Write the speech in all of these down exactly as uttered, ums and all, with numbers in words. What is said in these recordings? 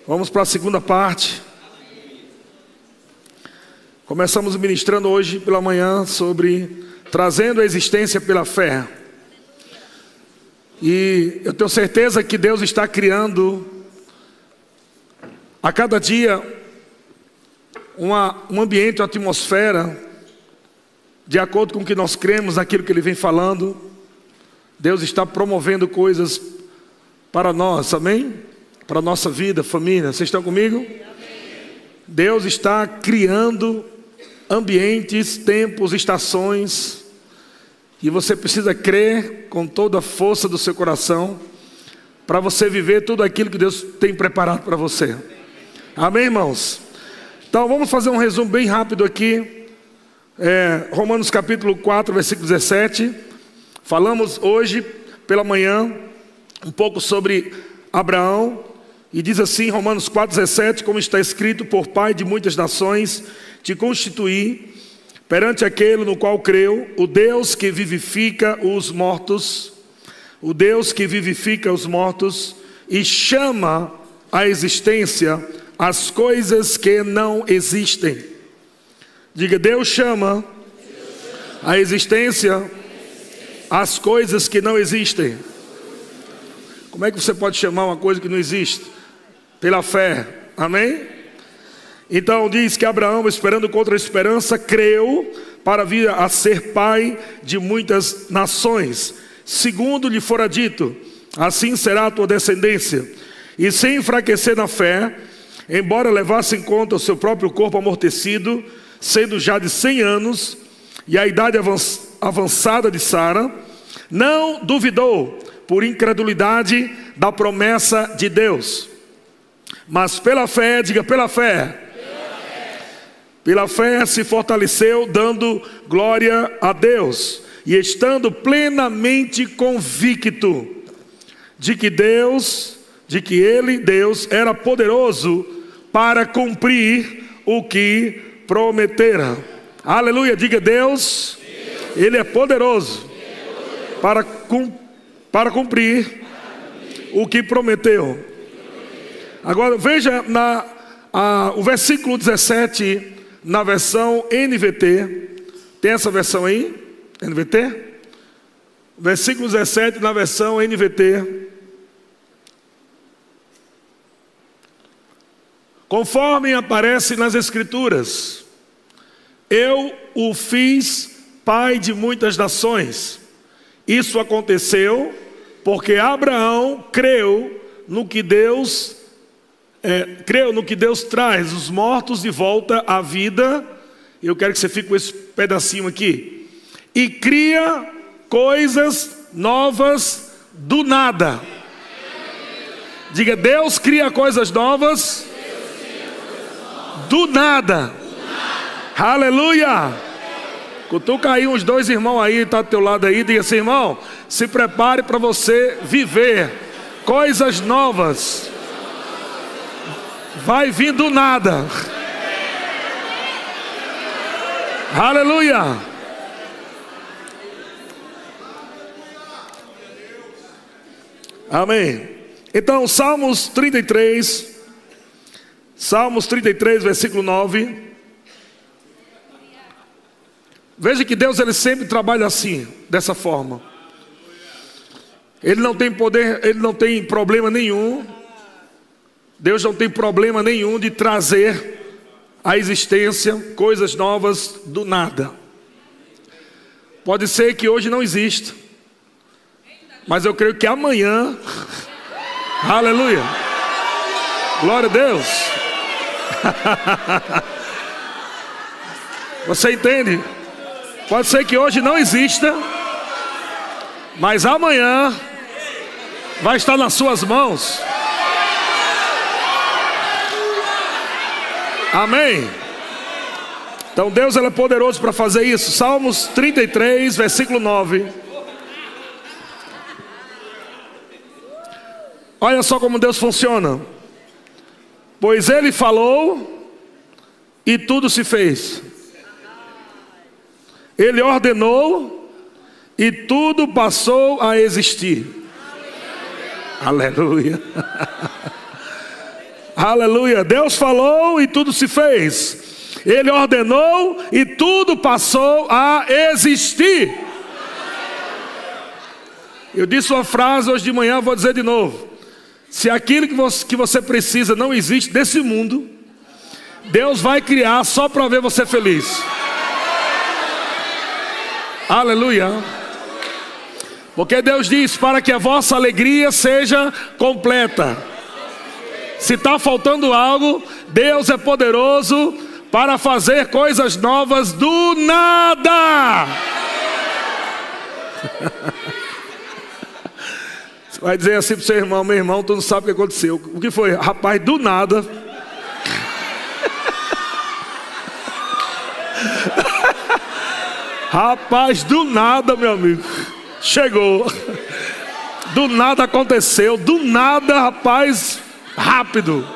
Vamos para a segunda parte. Começamos ministrando hoje pela manhã sobre trazendo a existência pela fé. E eu tenho certeza que Deus está criando a cada dia uma, um ambiente, uma atmosfera, de acordo com o que nós cremos, naquilo que Ele vem falando. Deus está promovendo coisas para nós, amém? Para a nossa vida, família. Vocês estão comigo? Amém. Deus está criando ambientes, tempos, estações, e você precisa crer com toda a força do seu coração para você viver tudo aquilo que Deus tem preparado para você. Amém, irmãos? Então vamos fazer um resumo bem rápido aqui. é, Romanos capítulo quatro, versículo dezessete. Falamos hoje pela manhã um pouco sobre Abraão, e diz assim, Romanos quatro, dezessete: como está escrito, por pai de muitas nações te constituí, perante aquele no qual creu, o Deus que vivifica os mortos, o Deus que vivifica os mortos e chama à existência as coisas que não existem. Diga, Deus chama à existência as coisas que não existem. Como é que você pode chamar uma coisa que não existe? Pela fé, amém? Então diz que Abraão, esperando contra a esperança, creu para vir a ser pai de muitas nações, segundo lhe fora dito, assim será a tua descendência. E sem enfraquecer na fé, embora levasse em conta o seu próprio corpo amortecido, sendo já de cem anos, e a idade avançada de Sara, não duvidou por incredulidade da promessa de Deus, mas pela fé, diga pela fé, pela fé se fortaleceu, dando glória a Deus, e estando plenamente convicto de que Deus, de que Ele, Deus, era poderoso para cumprir o que prometera. Aleluia, diga Deus, Deus. Ele é poderoso, Ele é poderoso. Para, cum, para cumprir, para cumprir o que prometeu. Agora veja na, a, o versículo dezessete na versão N V T. Tem essa versão aí? N V T? Versículo dezessete na versão N V T. Conforme aparece nas Escrituras, eu o fiz pai de muitas nações. Isso aconteceu porque Abraão creu no que Deus É, creu no que Deus traz os mortos de volta à vida. Eu quero que você fique com esse pedacinho aqui. E cria coisas novas do nada. Diga, Deus cria coisas novas do nada. Aleluia. Cutuca aí uns dois irmãos aí, tá do teu lado aí, diga assim, irmão, se prepare para você viver coisas novas. Vai vir do nada. Aleluia. Amém. Então, Salmos trinta e três, Salmos trinta e três, versículo nove. Veja que Deus, Ele sempre trabalha assim, dessa forma. Ele não tem poder, Ele não tem problema nenhum. Deus não tem problema nenhum de trazer à existência coisas novas do nada. Pode ser que hoje não exista, mas eu creio que amanhã, aleluia, glória a Deus. Você entende? Pode ser que hoje não exista, mas amanhã vai estar nas suas mãos. Amém? Então Deus, Ele é poderoso para fazer isso. Salmos trinta e três, versículo nove. Olha só como Deus funciona. Pois Ele falou e tudo se fez. Ele ordenou e tudo passou a existir. Aleluia. Aleluia. Deus falou e tudo se fez. Ele ordenou e tudo passou a existir. Eu disse uma frase hoje de manhã, vou dizer de novo. Se aquilo que você, que você precisa não existe desse mundo, Deus vai criar só para ver você feliz. Aleluia. Porque Deus diz para que a vossa alegria seja completa. Se está faltando algo, Deus é poderoso para fazer coisas novas do nada. Você vai dizer assim para o seu irmão: meu irmão, tu não sabe o que aconteceu. O que foi? Rapaz, do nada. Rapaz, do nada, meu amigo. Chegou. Do nada aconteceu. Do nada, rapaz, rápido.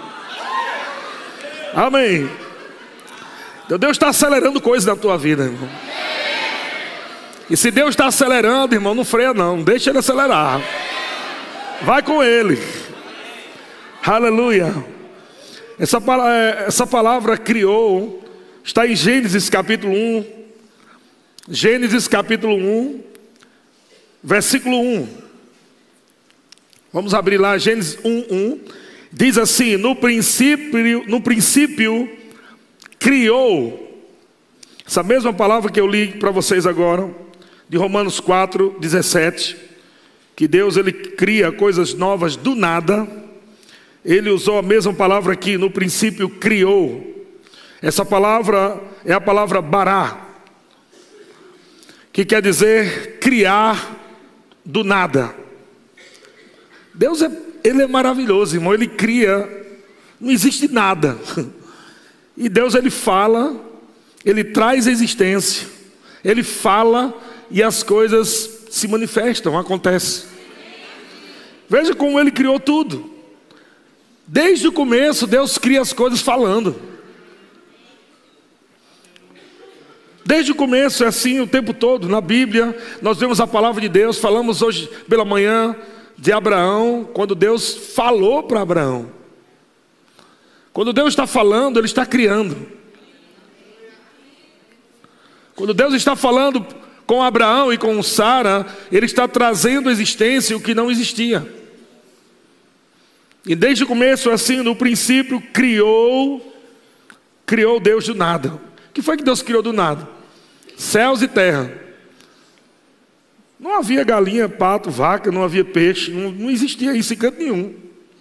Amém. Então Deus está acelerando coisas na tua vida, irmão. E se Deus está acelerando, irmão, não freia não. Deixa Ele acelerar. Vai com Ele. Aleluia. Essa, essa palavra criou. Está em Gênesis capítulo um. Gênesis capítulo um. Versículo um. Vamos abrir lá, Gênesis um, um. Diz assim: no princípio, no princípio criou. Essa mesma palavra que eu li para vocês agora, de Romanos quatro, dezessete. Que Deus, Ele cria coisas novas do nada. Ele usou a mesma palavra aqui, no princípio criou. Essa palavra é a palavra bará, que quer dizer criar do nada. Deus é, Ele é maravilhoso, irmão. Ele cria, não existe nada. E Deus, Ele fala, Ele traz existência. Ele fala e as coisas se manifestam, acontecem. Veja como Ele criou tudo. Desde o começo, Deus cria as coisas falando. Desde o começo é assim o tempo todo. Na Bíblia nós vemos a palavra de Deus. Falamos hoje pela manhã de Abraão, quando Deus falou para Abraão. Quando Deus está falando, Ele está criando. Quando Deus está falando com Abraão e com Sara, Ele está trazendo à existência o que não existia. E desde o começo, assim, no princípio, criou, criou Deus do nada. O que foi que Deus criou do nada? Céus e terra. Não havia galinha, pato, vaca, não havia peixe, não, não existia isso em canto nenhum.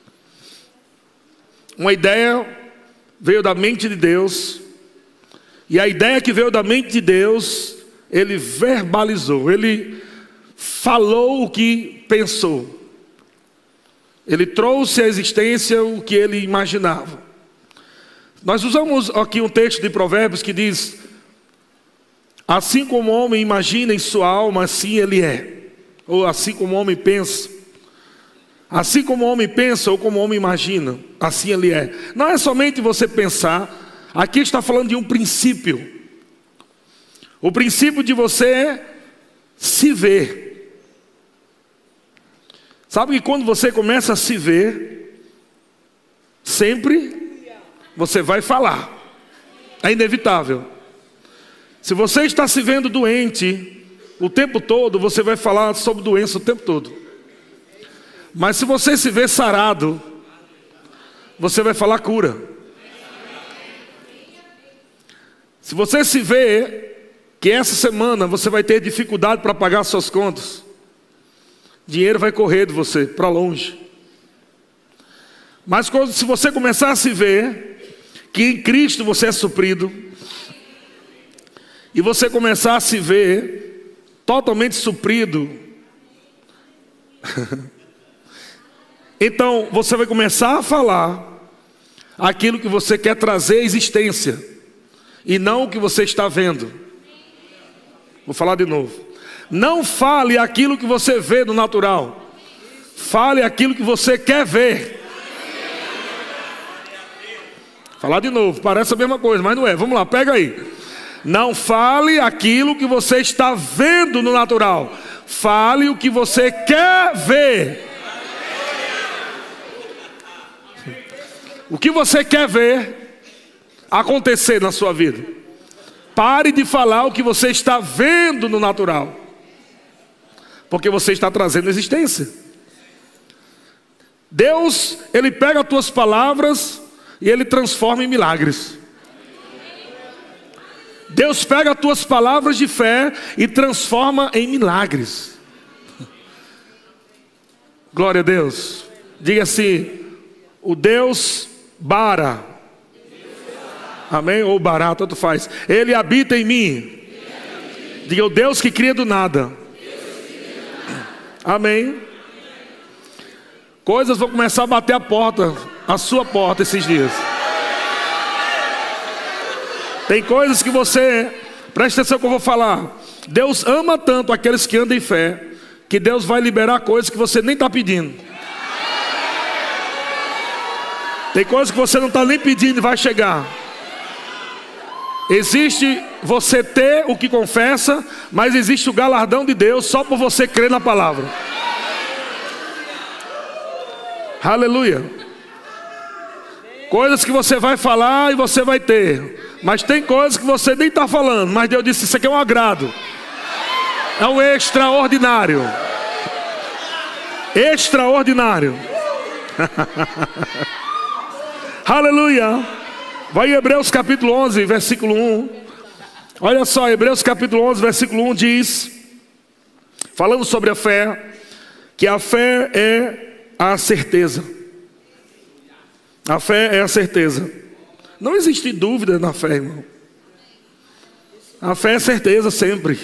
Uma ideia veio da mente de Deus, e a ideia que veio da mente de Deus, Ele verbalizou, Ele falou o que pensou. Ele trouxe à existência o que Ele imaginava. Nós usamos aqui um texto de Provérbios que diz: assim como o homem imagina em sua alma, assim ele é. Ou assim como o homem pensa. Assim como o homem pensa ou como o homem imagina, assim ele é. Não é somente você pensar. Aqui está falando de um princípio. O princípio de você se ver. Sabe que quando você começa a se ver, sempre você vai falar. É inevitável. Se você está se vendo doente o tempo todo, você vai falar sobre doença o tempo todo. Mas se você se vê sarado, você vai falar cura. Se você se vê que essa semana você vai ter dificuldade para pagar suas contas, dinheiro vai correr de você para longe. Mas quando, se você começar a se ver que em Cristo você é suprido, e você começar a se ver totalmente suprido, então você vai começar a falar aquilo que você quer trazer à existência, e não o que você está vendo. Vou falar de novo. Não fale aquilo que você vê no natural. Fale aquilo que você quer ver. Falar de novo, parece a mesma coisa, mas não é. Vamos lá, pega aí. Não fale aquilo que você está vendo no natural. Fale o que você quer ver. O que você quer ver acontecer na sua vida? Pare de falar o que você está vendo no natural, porque você está trazendo existência. Deus, Ele pega as tuas palavras e Ele transforma em milagres. Deus pega as tuas palavras de fé e transforma em milagres. Glória a Deus. Diga assim: o Deus Bara, amém? Ou Bará, tanto faz. Ele habita em mim. Diga: o Deus que cria do nada. Amém. Coisas vão começar a bater a porta, a sua porta esses dias. Tem coisas que você, presta atenção que eu vou falar. Deus ama tanto aqueles que andam em fé, que Deus vai liberar coisas que você nem está pedindo. Tem coisas que você não está nem pedindo e vai chegar. Existe você ter o que confessa, mas existe o galardão de Deus só por você crer na palavra. Aleluia. Coisas que você vai falar e você vai ter, mas tem coisas que você nem está falando, mas Deus disse: isso aqui é um agrado, é um extraordinário. Extraordinário. Aleluia. Vai em Hebreus capítulo onze, versículo um. Olha só, Hebreus capítulo onze, versículo um diz, falando sobre a fé, que a fé é a certeza. A fé é a certeza. Não existe dúvida na fé, irmão. A fé é certeza sempre.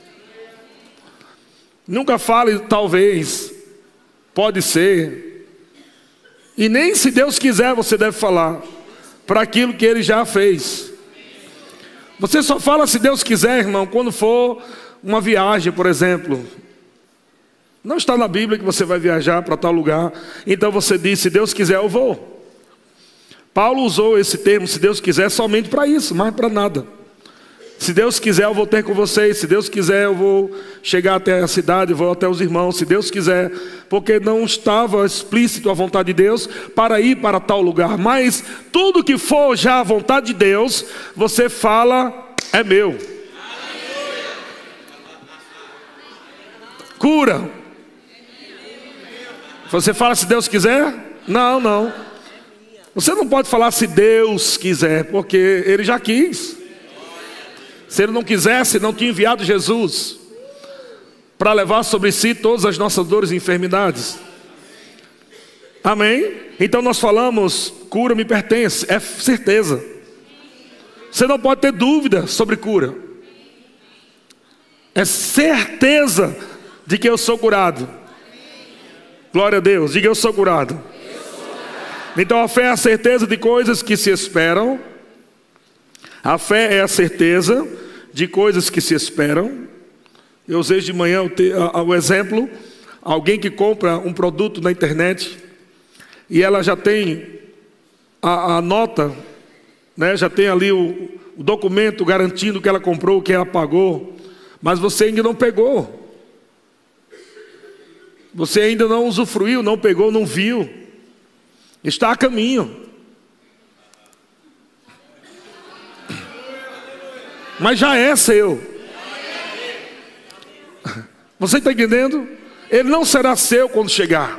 Nunca fale talvez, pode ser. E nem se Deus quiser você deve falar, para aquilo que Ele já fez. Você só fala se Deus quiser, irmão, quando for uma viagem, por exemplo. Não está na Bíblia que você vai viajar para tal lugar, então você diz: se Deus quiser eu vou. Paulo usou esse termo, se Deus quiser, somente para isso, mais para nada. Se Deus quiser eu vou ter com vocês, se Deus quiser eu vou chegar até a cidade, vou até os irmãos, se Deus quiser, porque não estava explícito a vontade de Deus para ir para tal lugar. Mas tudo que for já a vontade de Deus, você fala: é meu. Cura. Você fala se Deus quiser? Não, não. Você não pode falar se Deus quiser, porque Ele já quis. Se Ele não quisesse, não tinha enviado Jesus para levar sobre si todas as nossas dores e enfermidades. Amém? Então nós falamos: cura me pertence, é certeza. Você não pode ter dúvida sobre cura. É certeza de que eu sou curado. Glória a Deus, diga: eu sou curado. Então a fé é a certeza de coisas que se esperam. A fé é a certeza de coisas que se esperam. Eu usei de manhã o, te, a, o exemplo: alguém que compra um produto na internet e ela já tem a, a nota, né, já tem ali o, o documento garantindo que ela comprou, que ela pagou, mas você ainda não pegou. Você ainda não usufruiu, não pegou, não viu. Está a caminho. Mas já é seu. Você está entendendo? Ele não será seu quando chegar.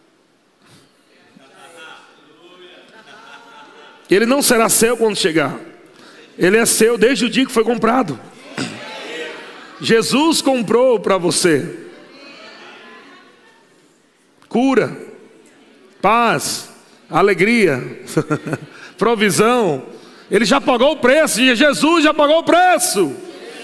Ele não será seu quando chegar. Ele é seu desde o dia que foi comprado. Jesus comprou para você cura, paz, alegria, provisão. Ele já pagou o preço. Jesus já pagou o preço.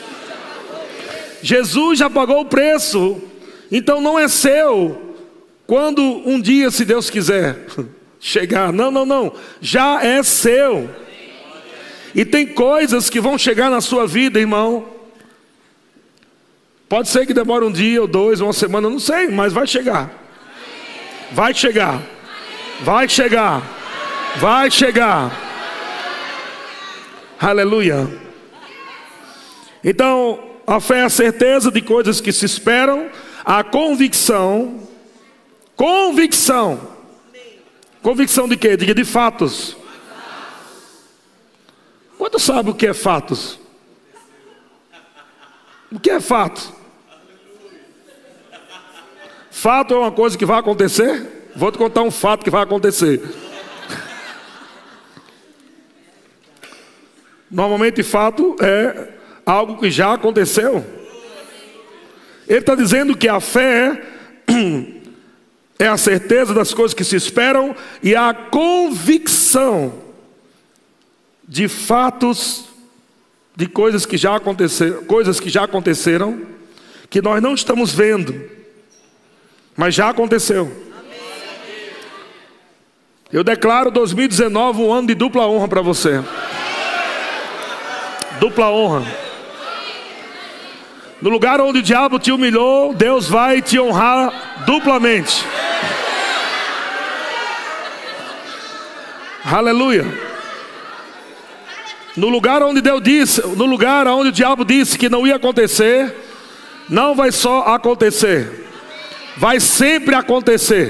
Jesus já pagou o preço. Então não é seu quando um dia, se Deus quiser, chegar. Não, não, não. Já é seu. E tem coisas que vão chegar na sua vida, irmão. Pode ser que demore um dia ou dois, uma semana, não sei, mas vai chegar. Vai chegar. Vai chegar. Vai chegar. Aleluia. Então, a fé é a certeza de coisas que se esperam, a convicção, convicção, Convicção de quê? Diga de fatos. Quanto sabe o que é fatos? O que é fato? Fato é uma coisa que vai acontecer? Vou te contar um fato que vai acontecer. Normalmente fato é algo que já aconteceu. Ele está dizendo que a fé é a certeza das coisas que se esperam e a convicção de fatos, de coisas que já aconteceram, coisas que já aconteceram, que nós não estamos vendo, mas já aconteceu. Eu declaro dois mil e dezenove um ano de dupla honra para você. Dupla honra. No lugar onde o diabo te humilhou, Deus vai te honrar duplamente. Aleluia. No lugar onde Deus disse, no lugar onde o diabo disse que não ia acontecer, não vai só acontecer, vai sempre acontecer.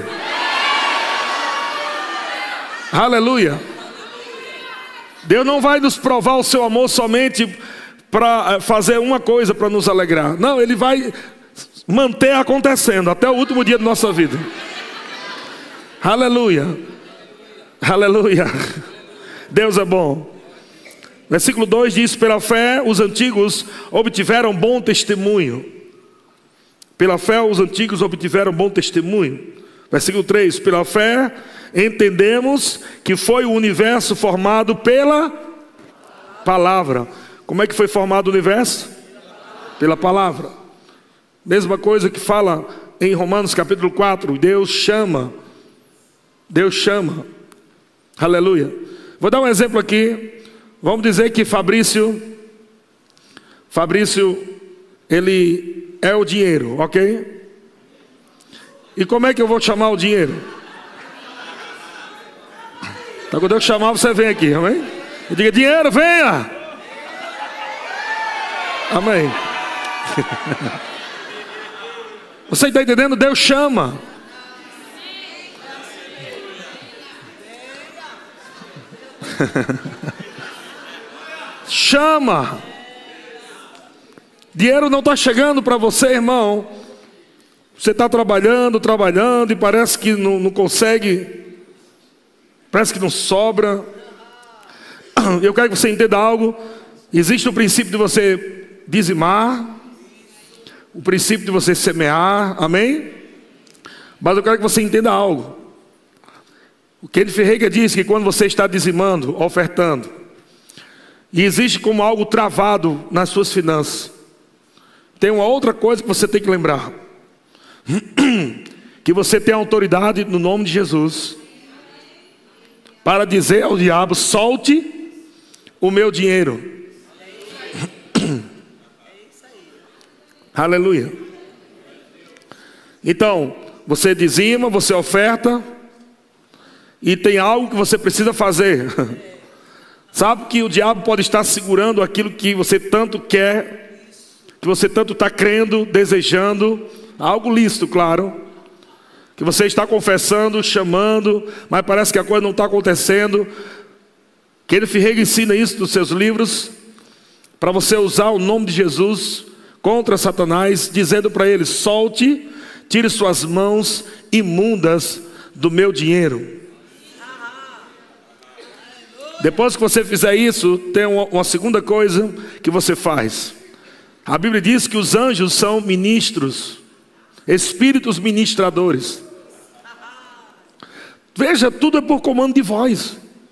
Aleluia. Deus não vai nos provar o seu amor somente para fazer uma coisa para nos alegrar. Não, Ele vai manter acontecendo até o último dia da nossa vida. Aleluia. Aleluia. Deus é bom. Versículo dois diz: pela fé os antigos obtiveram bom testemunho. Pela fé os antigos obtiveram bom testemunho. Versículo três: pela fé entendemos que foi o universo formado pela palavra. Como é que foi formado o universo? Pela palavra. Mesma coisa que fala em Romanos capítulo quatro. Deus chama. Deus chama. Aleluia. Vou dar um exemplo aqui. Vamos dizer que Fabrício, Fabrício, ele é o dinheiro, ok? E como é que eu vou chamar o dinheiro? Então quando eu chamar, você vem aqui, amém? Eu digo: dinheiro, venha! Amém. Você está entendendo? Deus chama. Chama. Dinheiro não está chegando para você, irmão. Você está trabalhando, trabalhando e parece que não, não consegue. Parece que não sobra. Eu quero que você entenda algo. Existe o princípio de você dizimar, o princípio de você semear, amém? Mas eu quero que você entenda algo. O Kenneth Ferreira diz que quando você está dizimando, ofertando, e existe como algo travado nas suas finanças, tem uma outra coisa que você tem que lembrar: que você tem autoridade no nome de Jesus para dizer ao diabo: solte o meu dinheiro. Aleluia. Então, você dizima, você oferta, e tem algo que você precisa fazer. Sabe que o diabo pode estar segurando aquilo que você tanto quer, que você tanto está crendo, desejando, algo lícito, claro, que você está confessando, chamando, mas parece que a coisa não está acontecendo. Kenneth Ferreira ensina isso nos seus livros, para você usar o nome de Jesus contra Satanás, dizendo para ele: solte, tire suas mãos imundas do meu dinheiro. Depois que você fizer isso, tem uma, uma segunda coisa que você faz. A Bíblia diz que os anjos são ministros, espíritos ministradores. Veja, tudo é por comando de voz.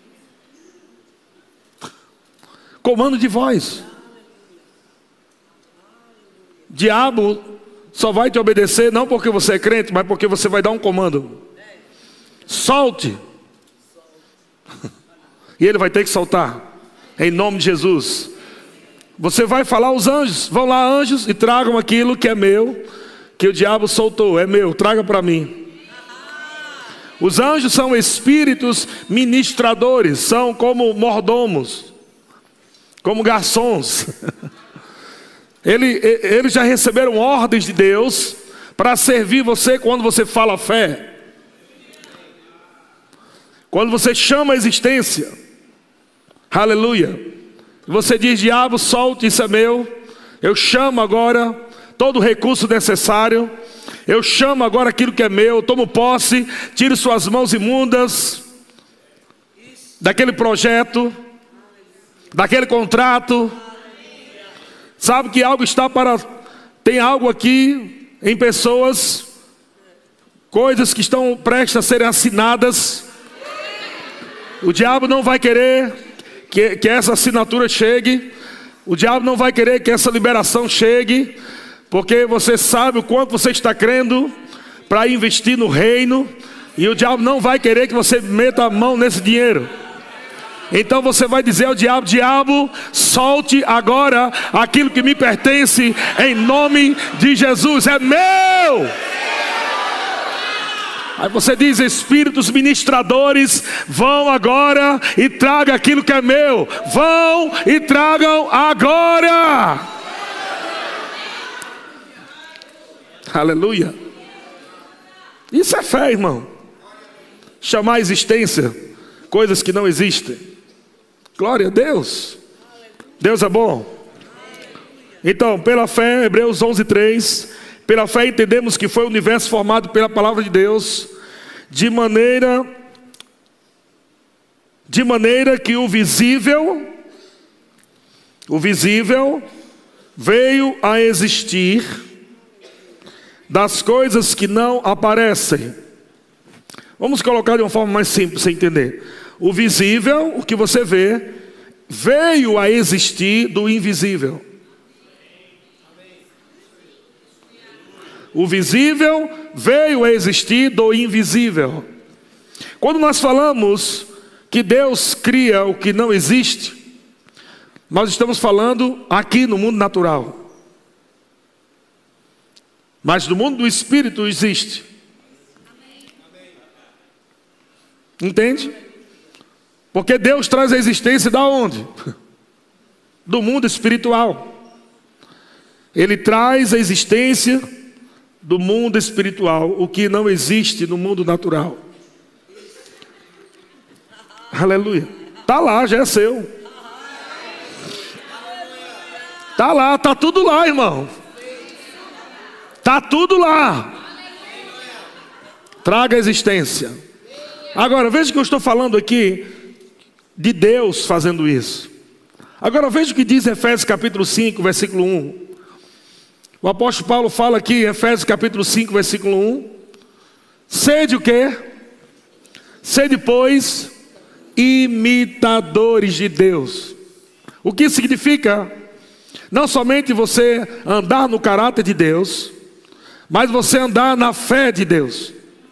Comando de voz. Diabo só vai te obedecer não porque você é crente, mas porque você vai dar um comando. Solte. E ele vai ter que soltar, em nome de Jesus. Você vai falar aos anjos: vão lá, anjos, e tragam aquilo que é meu, que o diabo soltou, é meu, traga para mim. Os anjos são espíritos ministradores, são como mordomos, como garçons. Eles, eles já receberam ordens de Deus para servir você quando você fala fé. Quando você chama a existência, aleluia, você diz: diabo, solte, isso é meu. Eu chamo agora todo o recurso necessário. Eu chamo agora aquilo que é meu. Tomo posse, tire suas mãos imundas daquele projeto, daquele contrato. Sabe que algo está para... Tem algo aqui em pessoas, coisas que estão prestes a serem assinadas. O diabo não vai querer que, que essa assinatura chegue. O diabo não vai querer que essa liberação chegue, porque você sabe o quanto você está crendo para investir no reino. E o diabo não vai querer que você meta a mão nesse dinheiro. Então você vai dizer ao diabo: diabo, solte agora aquilo que me pertence, em nome de Jesus, é meu. Aí você diz: espíritos ministradores, vão agora e tragam aquilo que é meu. Vão e tragam agora. Aleluia. Isso é fé, irmão. Chamar a existência coisas que não existem. Glória a Deus. Deus é bom. Então, pela fé, Hebreus onze, três. Pela fé entendemos que foi o universo formado pela palavra de Deus, de maneira, de maneira que o visível, o visível veio a existir das coisas que não aparecem. Vamos colocar de uma forma mais simples para você entender. O visível, o que você vê, veio a existir do invisível. O visível veio a existir do invisível. Quando nós falamos que Deus cria o que não existe, nós estamos falando aqui no mundo natural. Mas no mundo do espírito existe. Entende? Porque Deus traz a existência da onde? Do mundo espiritual. Ele traz a existência do mundo espiritual, o que não existe no mundo natural. Aleluia. Está lá, já é seu. Está lá, está tudo lá, irmão. Está tudo lá. Traga a existência. Agora, veja que eu estou falando aqui de Deus fazendo isso. Agora veja o que diz Efésios capítulo cinco, versículo um. O apóstolo Paulo fala aqui em Efésios capítulo cinco, versículo um. Sede o quê? Sede, pois, imitadores de Deus. O que significa? Não somente você andar no caráter de Deus, mas você andar na fé de Deus.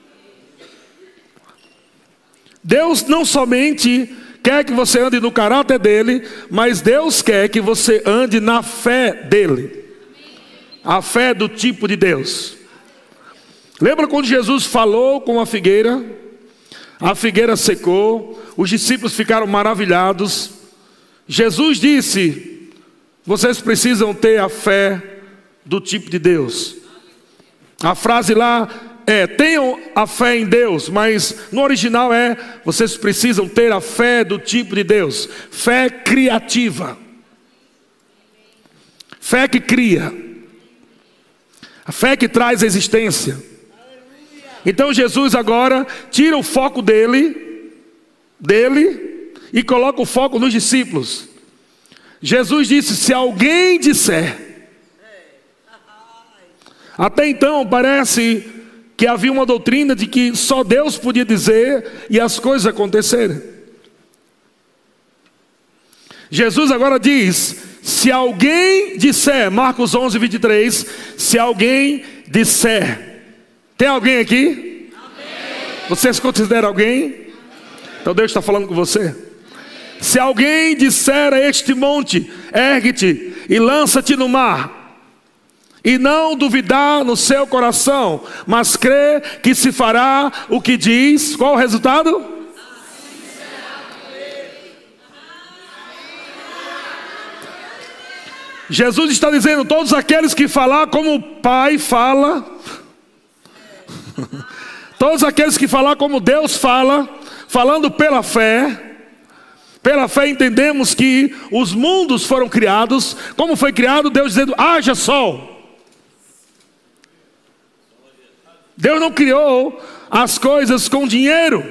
Deus não somente quer que você ande no caráter dele, mas Deus quer que você ande na fé dele. A fé do tipo de Deus. Lembra quando Jesus falou com a figueira? A figueira secou, os discípulos ficaram maravilhados. Jesus disse: vocês precisam ter a fé do tipo de Deus. A frase lá é: tenham a fé em Deus, mas no original é: vocês precisam ter a fé do tipo de Deus. Fé criativa. Fé que cria. A fé que traz a existência. Então Jesus agora tira o foco dele, dele e coloca o foco nos discípulos. Jesus disse: se alguém disser. Até então parece que havia uma doutrina de que só Deus podia dizer e as coisas acontecerem. Jesus agora diz: se alguém disser, Marcos onze, vinte e três, se alguém disser. Tem alguém aqui? Amém. Você se considera alguém? Amém. Então Deus está falando com você. Amém. Se alguém disser a este monte: ergue-te e lança-te no mar, e não duvidar no seu coração, mas crer que se fará o que diz, qual o resultado? Jesus está dizendo: todos aqueles que falar como o Pai fala, todos aqueles que falar como Deus fala, falando pela fé. Pela fé entendemos que os mundos foram criados. Como foi criado? Deus dizendo, haja sol. Deus não criou as coisas com dinheiro.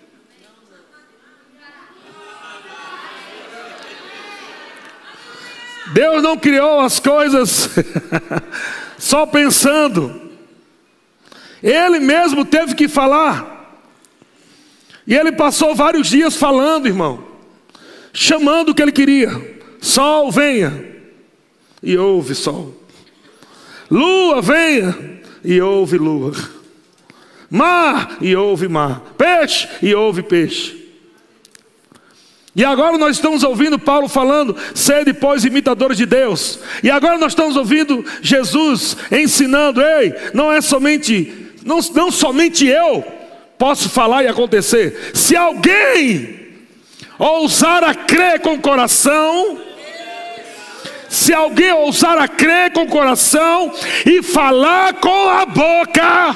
Deus não criou as coisas só pensando. Ele mesmo teve que falar. E ele passou vários dias falando, irmão, chamando o que ele queria. Sol, venha, e houve sol. Lua, venha, e houve lua. Mar, e houve mar. Peixe, e houve peixe. E agora nós estamos ouvindo Paulo falando, sede, pois, imitadores de Deus. E agora nós estamos ouvindo Jesus ensinando, ei, não é somente, não, não somente eu posso falar e acontecer. Se alguém ousar a crer com o coração, se alguém ousar a crer com o coração e falar com a boca,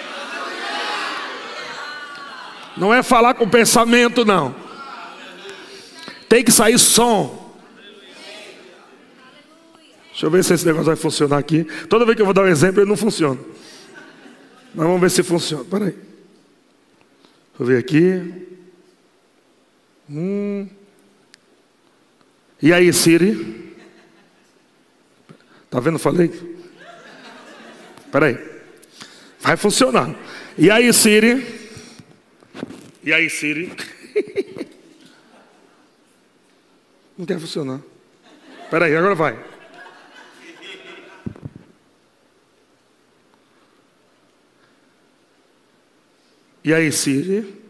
não é falar com pensamento, não. Tem que sair som. Deixa eu ver se esse negócio vai funcionar aqui. Toda vez que eu vou dar um exemplo, ele não funciona. Mas vamos ver se funciona. Espera aí. Deixa eu ver aqui. Hum. E aí, Siri? Tá vendo? Falei. Espera aí. Vai funcionar. E aí, Siri? E aí, Siri? Não quer funcionar. Espera aí, agora vai. E aí, Siri?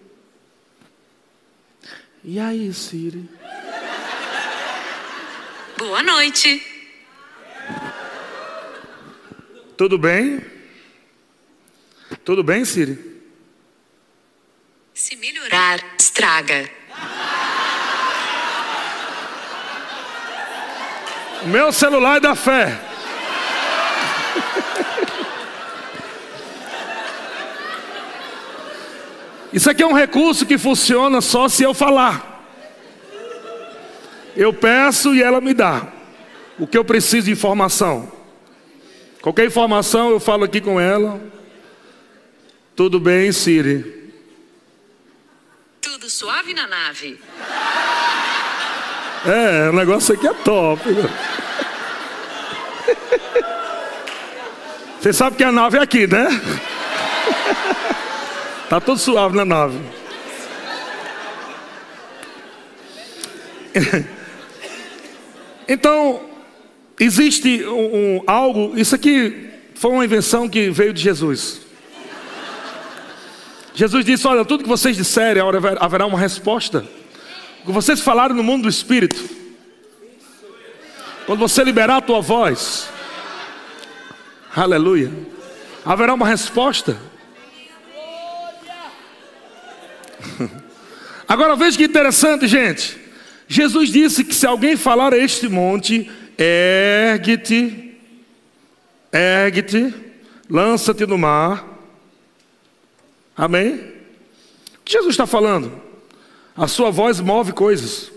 E aí, Siri? Boa noite. Tudo bem? Tudo bem, Siri? Se melhorar, estraga. O meu celular é da fé. Isso aqui é um recurso que funciona só se eu falar. Eu peço e ela me dá o que eu preciso de informação. Qualquer informação eu falo aqui com ela. Tudo bem, Siri? Tudo suave na nave. É, o negócio aqui é top. Você sabe que a nave é aqui, né? Tá tudo suave na nave. Então, existe um, um, algo, isso aqui foi uma invenção que veio de Jesus. Jesus disse, olha, tudo que vocês disserem, haverá uma resposta. O que vocês falaram no mundo do Espírito, quando você liberar a tua voz, aleluia, haverá uma resposta. Agora veja que interessante, gente. Jesus disse que se alguém falar a este monte, ergue-te, ergue-te, lança-te no mar. Amém? O que Jesus está falando? A sua voz move coisas.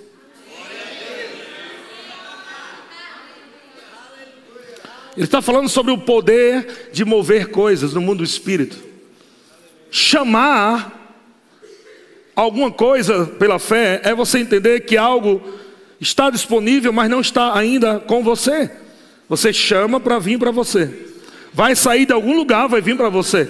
Ele está falando sobre o poder de mover coisas no mundo do Espírito. Chamar alguma coisa pela fé é você entender que algo está disponível, mas não está ainda com você. Você chama para vir para você. Vai sair de algum lugar, vai vir para você.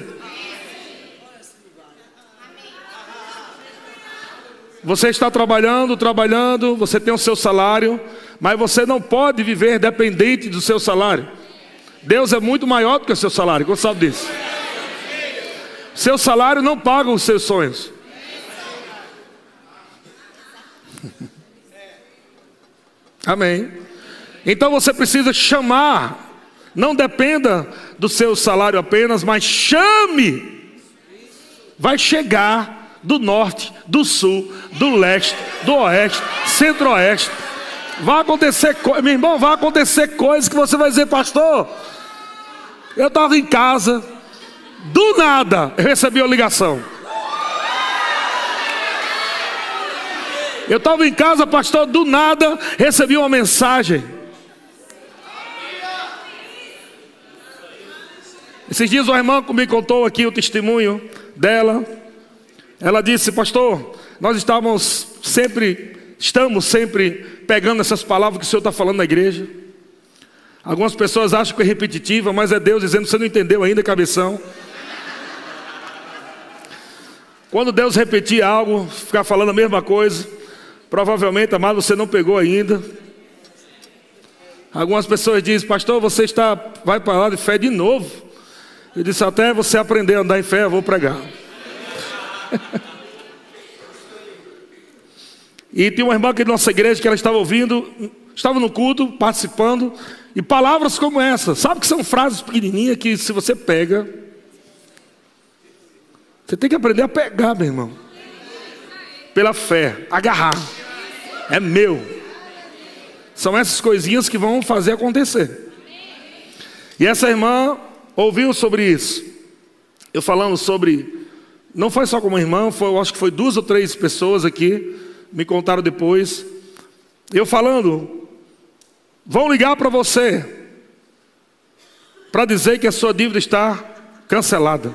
Você está trabalhando, trabalhando, você tem o seu salário, mas você não pode viver dependente do seu salário. Deus é muito maior do que o seu salário, você sabe disso. Seu salário não paga os seus sonhos. Amém. Então você precisa chamar. Não dependa do seu salário apenas, mas chame. Vai chegar do norte, do sul, do leste, do oeste, centro-oeste. Vai acontecer coisas, meu irmão, vai acontecer coisas que você vai dizer, pastor, eu estava em casa, do nada eu recebi uma ligação. Eu estava em casa, pastor, do nada recebi uma mensagem. Esses dias uma irmã me contou aqui o testemunho dela. Ela disse: pastor, nós estávamos sempre, estamos sempre pegando essas palavras que o senhor está falando na igreja. Algumas pessoas acham que é repetitiva, mas é Deus dizendo: você não entendeu ainda, cabeção. Quando Deus repetir algo, ficar falando a mesma coisa, provavelmente, amado, você não pegou ainda. Algumas pessoas dizem: pastor, você está, vai falar de fé de novo. Eu disse: até você aprender a andar em fé, eu vou pregar. E tinha uma irmã aqui da nossa igreja que ela estava ouvindo, estava no culto, participando, e palavras como essa, sabe que são frases pequenininhas que se você pega, você tem que aprender a pegar, meu irmão. Pela fé, agarrar. É meu. São essas coisinhas que vão fazer acontecer. E essa irmã ouviu sobre isso. Eu falando sobre, não foi só com uma irmã, foi, eu acho que foi duas ou três pessoas aqui, me contaram depois. Eu falando, vão ligar para você para dizer que a sua dívida está cancelada.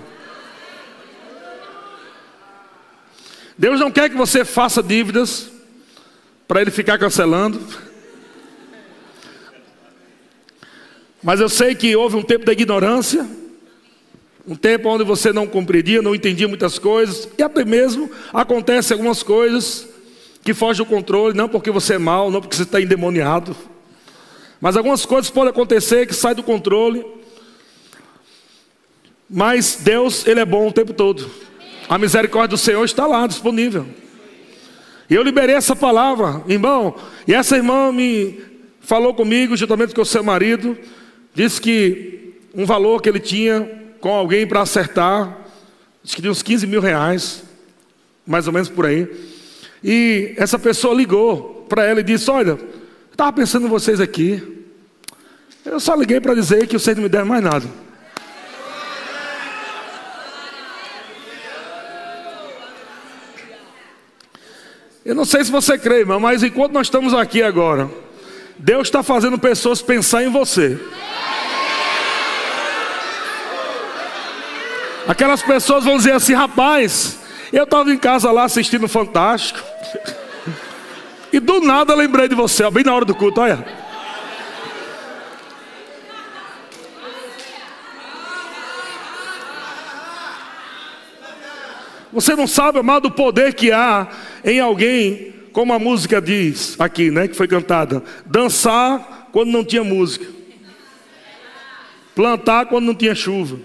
Deus não quer que você faça dívidas para Ele ficar cancelando. Mas eu sei que houve um tempo da ignorância, um tempo onde você não compreendia, não entendia muitas coisas, e até mesmo acontecem algumas coisas que fogem do controle, não porque você é mau, não porque você está endemoniado, mas algumas coisas podem acontecer que saem do controle. Mas Deus, Ele é bom o tempo todo. A misericórdia do Senhor está lá, disponível. E eu liberei essa palavra, irmão, e essa irmã me falou comigo, juntamente com o seu marido, disse que um valor que ele tinha com alguém para acertar, acho que de uns quinze mil reais, mais ou menos por aí. E essa pessoa ligou para ela e disse: olha, eu estava pensando em vocês aqui, eu só liguei para dizer que vocês não me deram mais nada. Eu não sei se você crê, irmão, mas enquanto nós estamos aqui agora, Deus está fazendo pessoas pensar em você. Aquelas pessoas vão dizer assim: rapaz, eu estava em casa lá assistindo Fantástico e do nada lembrei de você, ó, bem na hora do culto, olha. Você não sabe, amado, o poder que há em alguém, como a música diz aqui, né, que foi cantada: dançar quando não tinha música, plantar quando não tinha chuva,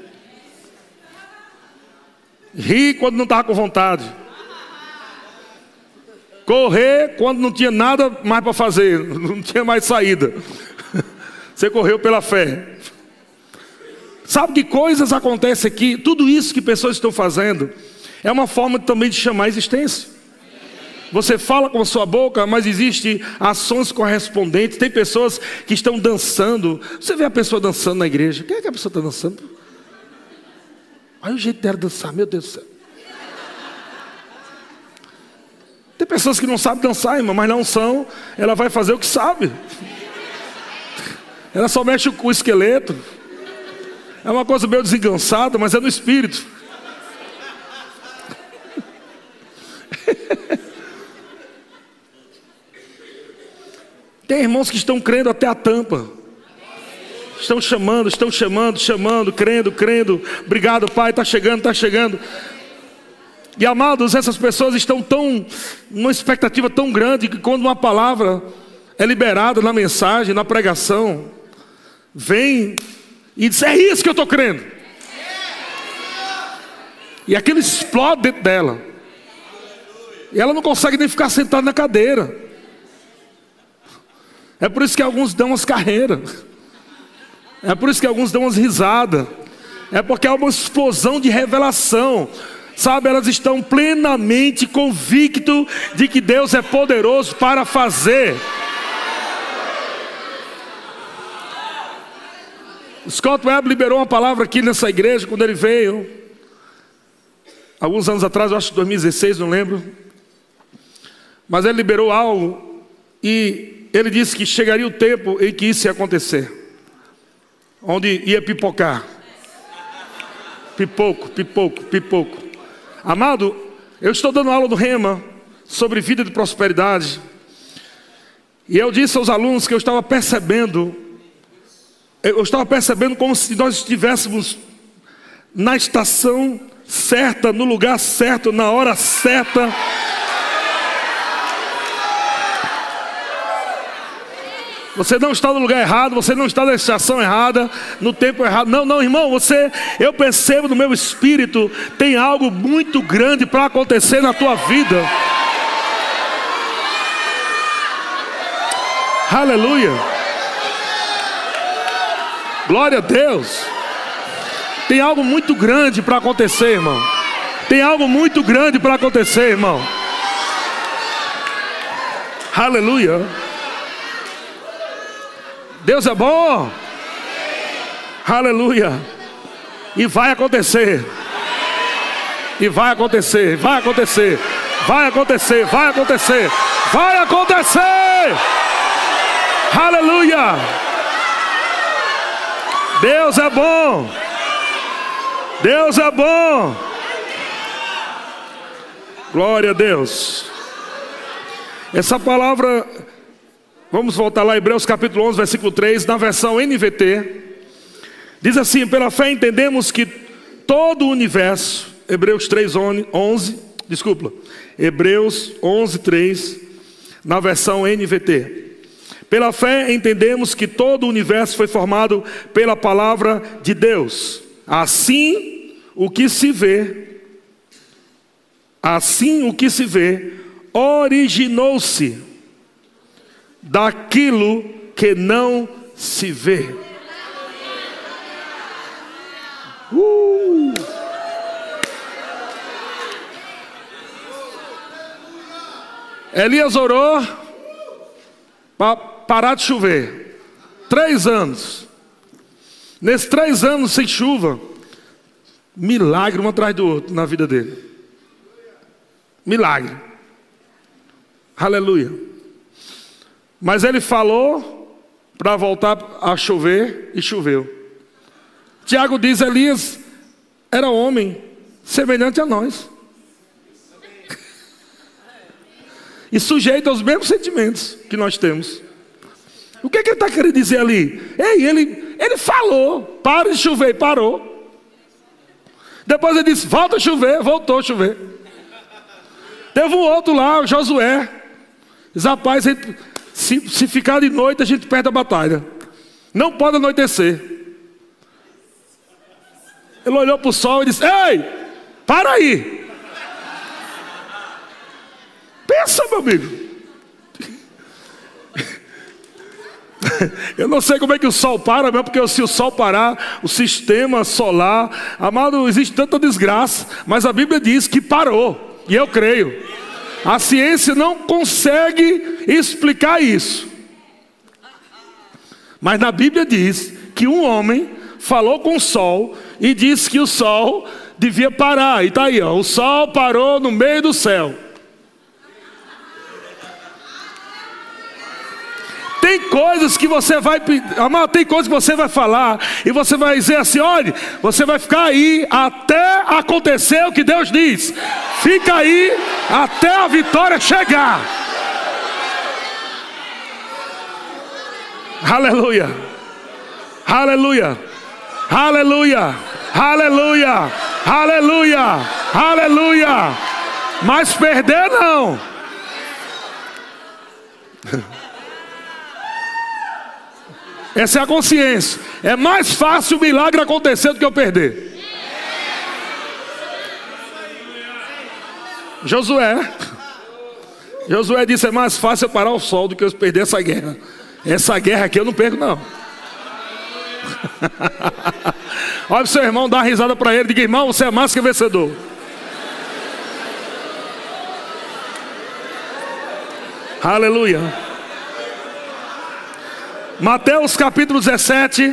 rir quando não estava com vontade, correr quando não tinha nada mais para fazer, não tinha mais saída. Você correu pela fé. Sabe que coisas acontecem aqui? Tudo isso que pessoas estão fazendo é uma forma também de chamar a existência. Você fala com a sua boca, mas existem ações correspondentes. Tem pessoas que estão dançando. Você vê a pessoa dançando na igreja. Quem é que a pessoa está dançando? Olha o jeito dela dançar, meu Deus do céu. Tem pessoas que não sabem dançar, irmão, mas na unção ela vai fazer o que sabe. Ela só mexe com o esqueleto. É uma coisa meio desengonçada, mas é no espírito. Tem irmãos que estão crendo até a tampa. Estão chamando, estão chamando, chamando, crendo, crendo. Obrigado, Pai, está chegando, está chegando. E amados, essas pessoas estão tão, numa expectativa tão grande, que quando uma palavra é liberada na mensagem, na pregação, vem e diz: é isso que eu estou crendo. E aquilo explode dentro dela. E ela não consegue nem ficar sentada na cadeira. É por isso que alguns dão umas carreiras. É por isso que alguns dão umas risadas. É porque há uma explosão de revelação. Sabe, elas estão plenamente convictas de que Deus é poderoso para fazer. Scott Webb liberou uma palavra aqui nessa igreja quando ele veio. Alguns anos atrás, eu acho que dois mil e dezesseis, não lembro. Mas ele liberou algo e ele disse que chegaria o tempo em que isso ia acontecer, onde ia pipocar. Pipoco, pipoco, pipoco. Amado, eu estou dando aula do Rema sobre vida de prosperidade. E eu disse aos alunos que eu estava percebendo, eu estava percebendo como se nós estivéssemos na estação certa, no lugar certo, na hora certa. Você não está no lugar errado, você não está na estação errada, no tempo errado. Não, não, irmão, você, eu percebo no meu espírito, tem algo muito grande para acontecer na tua vida. Aleluia. Glória a Deus. Tem algo muito grande para acontecer, irmão. Tem algo muito grande para acontecer, irmão. Aleluia. Deus é bom. Aleluia. E vai acontecer. E vai acontecer. Vai acontecer. Vai acontecer. Vai acontecer. Vai acontecer. Aleluia. Deus é bom. Deus é bom. Glória a Deus. Essa palavra, vamos voltar lá, Hebreus capítulo onze, versículo três, na versão N V T. Diz assim: pela fé entendemos que todo o universo, Hebreus três, onze, desculpa, Hebreus onze, três, na versão N V T. Pela fé entendemos que todo o universo foi formado pela palavra de Deus. Assim o que se vê, assim o que se vê, originou-se daquilo que não se vê. Uh. Elias orou para parar de chover. Três anos. Nesses três anos sem chuva, milagre um atrás do outro na vida dele. Milagre. Aleluia. Mas ele falou para voltar a chover e choveu. Tiago diz: Elias era homem semelhante a nós e sujeito aos mesmos sentimentos que nós temos. O que, é que ele está querendo dizer ali? Ei, ele, ele falou, para de chover, e parou. Depois ele disse: volta a chover, voltou a chover. Teve um outro lá, o Josué. Diz: rapaz, se, se ficar de noite a gente perde a batalha. Não pode anoitecer. Ele olhou para o sol e disse: ei, para aí. Pensa, meu amigo. Eu não sei como é que o sol para, mesmo porque se o sol parar, o sistema solar, amado, existe tanta desgraça, mas a Bíblia diz que parou, e eu creio. A ciência não consegue explicar isso, mas na Bíblia diz que um homem falou com o sol e disse que o sol devia parar. E está aí, ó, o sol parou no meio do céu. Tem coisas que você vai, amado, tem coisas que você vai falar e você vai dizer assim: olha, você vai ficar aí até acontecer o que Deus diz. Fica aí até a vitória chegar. Aleluia. Aleluia. Aleluia. Aleluia. Aleluia. Aleluia. Mas perder não. Essa é a consciência. É mais fácil o milagre acontecer do que eu perder. Josué Josué disse: é mais fácil eu parar o sol do que eu perder essa guerra. Essa guerra aqui eu não perco não. Olha o seu irmão, dá uma risada para ele. Diga: irmão, você é mais que vencedor. Aleluia. Mateus capítulo dezessete.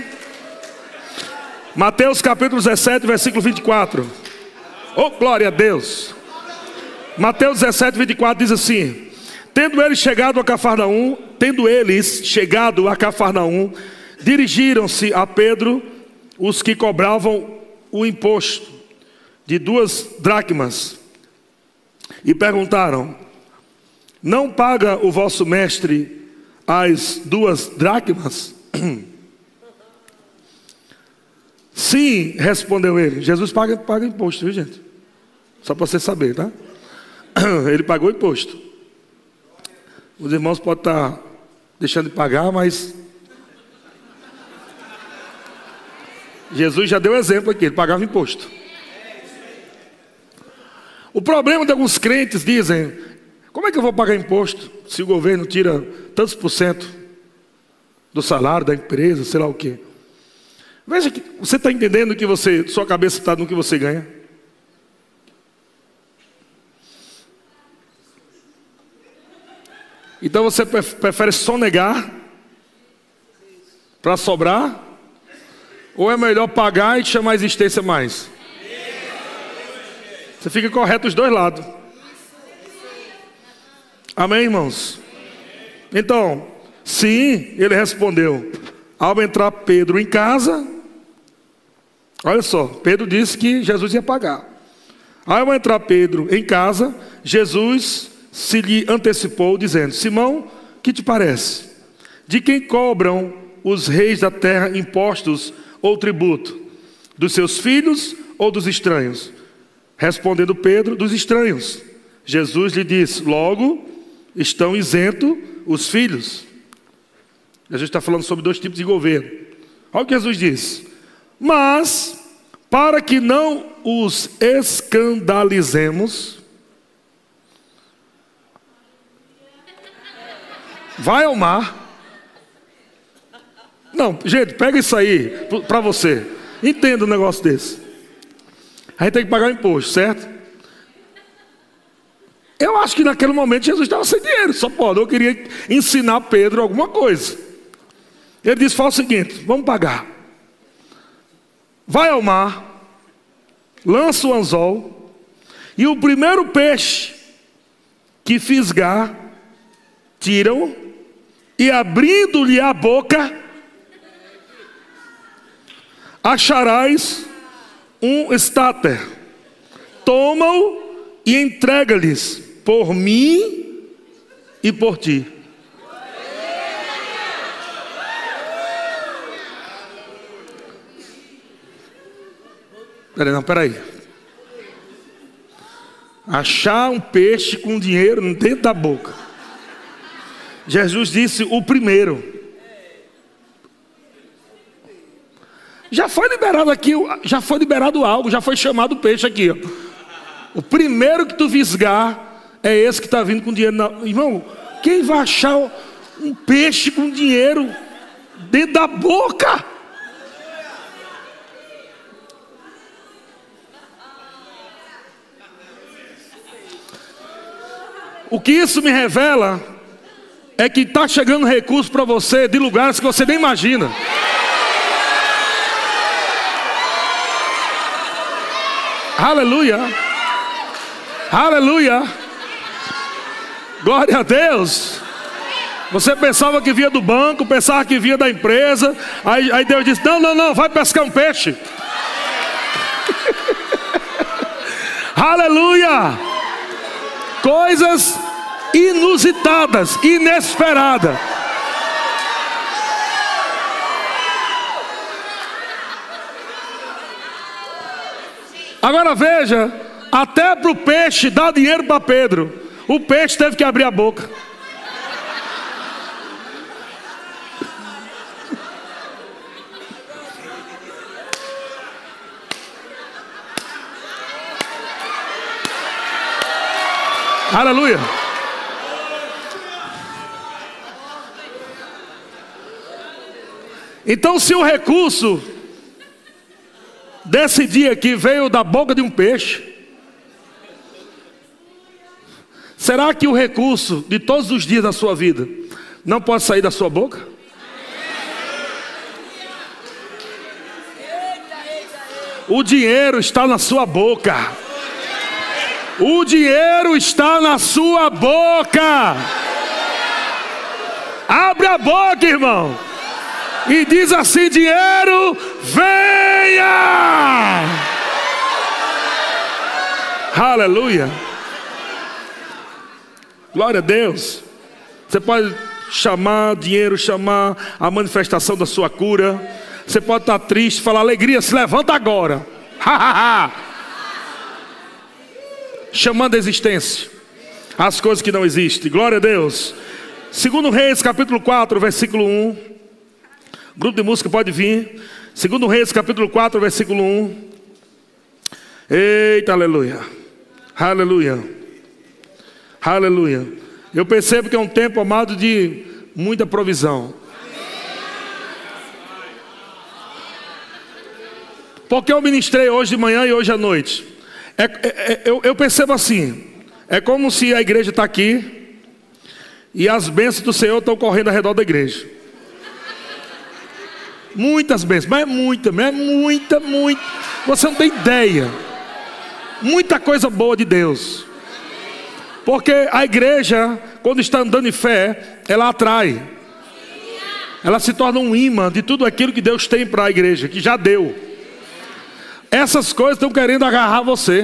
Mateus capítulo dezessete, versículo vinte e quatro. Oh, glória a Deus. Mateus dezessete, vinte e quatro diz assim: Tendo eles chegado a Cafarnaum, tendo eles chegado a Cafarnaum, dirigiram-se a Pedro os que cobravam o imposto de duas dracmas e perguntaram: não paga o vosso mestre as duas dracmas? Sim, respondeu ele. Jesus paga, paga imposto, viu, gente? Só para você saber, tá? Ele pagou imposto. Os irmãos podem estar deixando de pagar, mas Jesus já deu exemplo aqui, ele pagava imposto. O problema de alguns crentes dizem: como é que eu vou pagar imposto se o governo tira tantos por cento do salário da empresa, sei lá o quê? Veja que você está entendendo que você, sua cabeça está no que você ganha. Então você prefere sonegar para sobrar? Ou é melhor pagar e te chamar a existência mais? Você fica correto dos dois lados. Amém, irmãos? Então, sim, ele respondeu. Ao entrar Pedro em casa, olha só, Pedro disse que Jesus ia pagar. Ao entrar Pedro em casa, Jesus se lhe antecipou, dizendo: Simão, que te parece? De quem cobram os reis da terra impostos ou tributo? Dos seus filhos ou dos estranhos? Respondendo Pedro: dos estranhos. Jesus lhe disse: logo estão isentos os filhos. Jesus está falando sobre dois tipos de governo. Olha o que Jesus disse: mas para que não os escandalizemos, vai ao mar. Não, gente, pega isso aí para você. Entenda um negócio desse. A gente tem que pagar o imposto, certo? Eu acho que naquele momento Jesus estava sem dinheiro, só pode. Eu queria ensinar Pedro alguma coisa. Ele disse: fala o seguinte, vamos pagar. Vai ao mar, lança o anzol, e o primeiro peixe que fisgar, tiram, e abrindo-lhe a boca, acharás um estáter. Toma-o e entrega-lhes por mim e por ti. Peraí, não, peraí. Achar um peixe com dinheiro dentro da boca. Jesus disse: o primeiro. Já foi liberado aqui, já foi liberado algo, já foi chamado peixe aqui, ó. O primeiro que tu visgar é esse que está vindo com dinheiro na... Irmão, quem vai achar um peixe com dinheiro dentro da boca? O que isso me revela é que está chegando recurso para você de lugares que você nem imagina. Aleluia. Aleluia. Glória a Deus. Você pensava que vinha do banco, pensava que vinha da empresa. Aí, aí Deus disse: não, não, não, vai pescar um peixe. Aleluia. Coisas inusitadas, inesperadas. Agora veja, até para o peixe dar dinheiro para Pedro, o peixe teve que abrir a boca. Aleluia. Então, se o recurso desse dia aqui veio da boca de um peixe, será que o recurso de todos os dias da sua vida não pode sair da sua boca? O dinheiro está na sua boca. O dinheiro está na sua boca. Abre a boca, irmão. E diz assim: dinheiro, venha. Aleluia. Glória a Deus. Você pode chamar dinheiro, chamar a manifestação da sua cura. Você pode estar triste, falar: alegria, se levanta agora. Chamando a existência as coisas que não existem. Glória a Deus. Segundo Reis, capítulo quatro, versículo um. Grupo de música pode vir. Segundo Reis, capítulo quatro, versículo um. Eita, aleluia. Aleluia. Aleluia. Eu percebo que é um tempo, amado, de muita provisão. Porque eu ministrei hoje de manhã e hoje à noite. É, é, é, eu, eu percebo assim. É como se a igreja está aqui e as bênçãos do Senhor estão correndo ao redor da igreja. Muitas bênçãos, mas é muita, mas é muita, muita. Você não tem ideia. Muita coisa boa de Deus. Porque a igreja, quando está andando em fé, ela atrai. Ela se torna um imã de tudo aquilo que Deus tem para a igreja, que já deu. Essas coisas estão querendo agarrar você.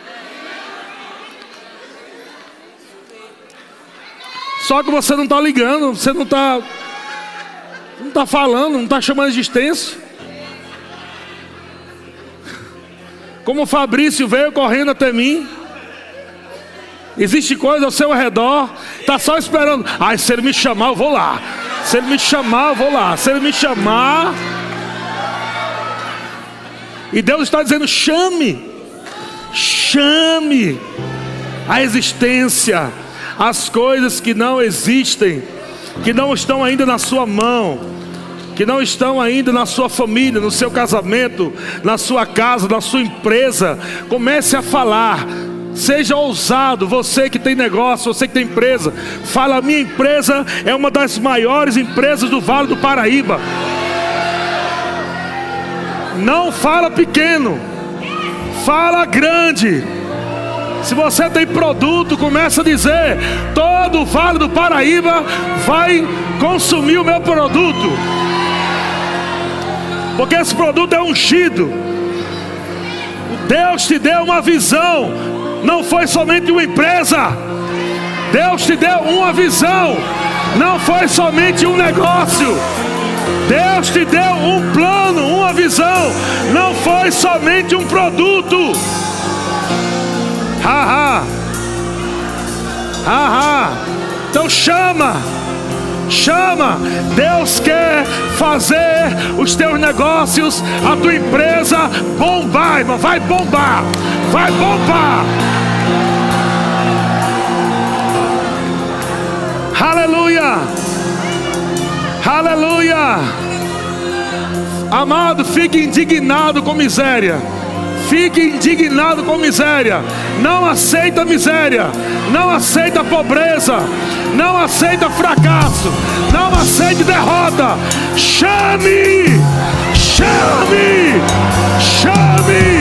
Só que você não está ligando, você não está não está falando, não está chamando a existência. Como o Fabrício veio correndo até mim. Existe coisa ao seu redor, está só esperando. Ai, se ele me chamar, eu vou lá. Se ele me chamar, eu vou lá. Se ele me chamar. E Deus está dizendo: chame. Chame a existência, as coisas que não existem, que não estão ainda na sua mão, que não estão ainda na sua família, no seu casamento, na sua casa, na sua empresa. Comece a falar. Seja ousado, você que tem negócio, você que tem empresa. Fala: a minha empresa é uma das maiores empresas do Vale do Paraíba. Não fala pequeno, fala grande. Se você tem produto, começa a dizer: todo o Vale do Paraíba vai consumir o meu produto, porque esse produto é ungido. Deus te deu uma visão. Não foi somente uma empresa. Deus te deu uma visão. Não foi somente um negócio. Deus te deu um plano, uma visão. Não foi somente um produto. Haha. Haha. Então chama. Chama. Deus quer fazer os teus negócios, a tua empresa bombar, irmão. Vai bombar. Vai bombar. Aleluia. Aleluia. Amado, fique indignado com miséria. Fique indignado com miséria. Não aceita miséria. Não aceita pobreza. Não aceita fracasso. Não aceite derrota. Chame. Chame. Chame.